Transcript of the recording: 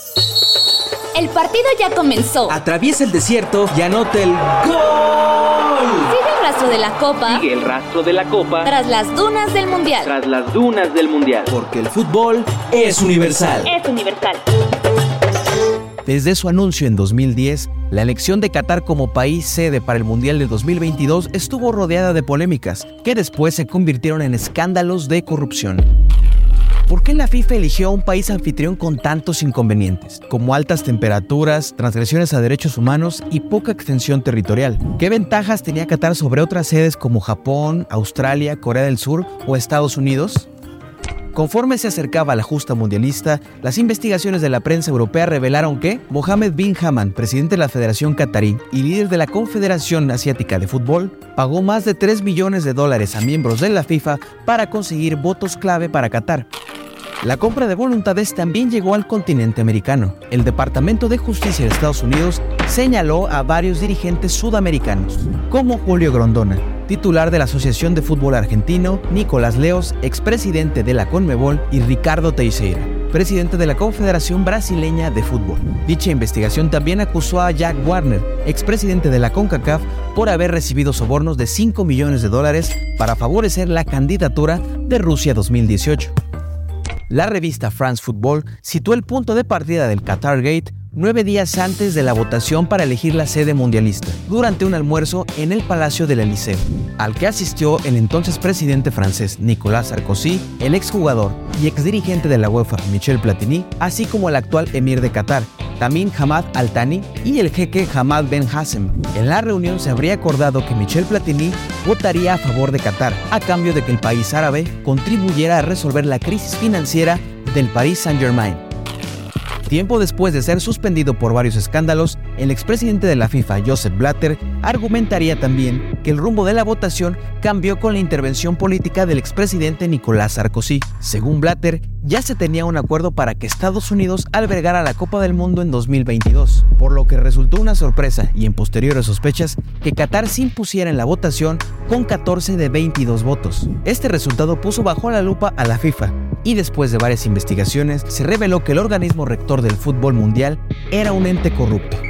El partido ya comenzó. Atraviesa el desierto y anota el ¡gol! Sigue el rastro de la copa. Sigue el rastro de la copa. Tras las dunas del mundial. Tras las dunas del mundial. Porque el fútbol es universal. Es universal. Desde su anuncio en 2010, la elección de Qatar como país sede para el Mundial de 2022 estuvo rodeada de polémicas, que después se convirtieron en escándalos de corrupción. ¿Por qué la FIFA eligió a un país anfitrión con tantos inconvenientes, como altas temperaturas, transgresiones a derechos humanos y poca extensión territorial? ¿Qué ventajas tenía Qatar sobre otras sedes como Japón, Australia, Corea del Sur o Estados Unidos? Conforme se acercaba a la justa mundialista, las investigaciones de la prensa europea revelaron que Mohammed bin Hammad, presidente de la Federación Qatarí y líder de la Confederación Asiática de Fútbol, pagó más de $3 millones a miembros de la FIFA para conseguir votos clave para Qatar. La compra de voluntades también llegó al continente americano. El Departamento de Justicia de Estados Unidos señaló a varios dirigentes sudamericanos, como Julio Grondona, titular de la Asociación de Fútbol Argentino, Nicolás Leos, expresidente de la Conmebol, y Ricardo Teixeira, presidente de la Confederación Brasileña de Fútbol. Dicha investigación también acusó a Jack Warner, expresidente de la CONCACAF, por haber recibido sobornos de $5 millones para favorecer la candidatura de Rusia 2018. La revista France Football situó el punto de partida del Qatargate 9 días antes de la votación para elegir la sede mundialista, durante un almuerzo en el Palacio del Elysée, al que asistió el entonces presidente francés Nicolas Sarkozy, el exjugador y exdirigente de la UEFA Michel Platini, así como el actual emir de Qatar, Tamim Hamad Al Thani, y el jeque Hamad Ben Hassem. En la reunión se habría acordado que Michel Platini votaría a favor de Qatar, a cambio de que el país árabe contribuyera a resolver la crisis financiera del Paris Saint-Germain. Tiempo después de ser suspendido por varios escándalos, el expresidente de la FIFA, Joseph Blatter, argumentaría también que el rumbo de la votación cambió con la intervención política del expresidente Nicolas Sarkozy. Según Blatter, ya se tenía un acuerdo para que Estados Unidos albergara la Copa del Mundo en 2022, por lo que resultó una sorpresa y en posteriores sospechas que Qatar se impusiera en la votación con 14 de 22 votos. Este resultado puso bajo la lupa a la FIFA, y después de varias investigaciones se reveló que el organismo rector del fútbol mundial era un ente corrupto.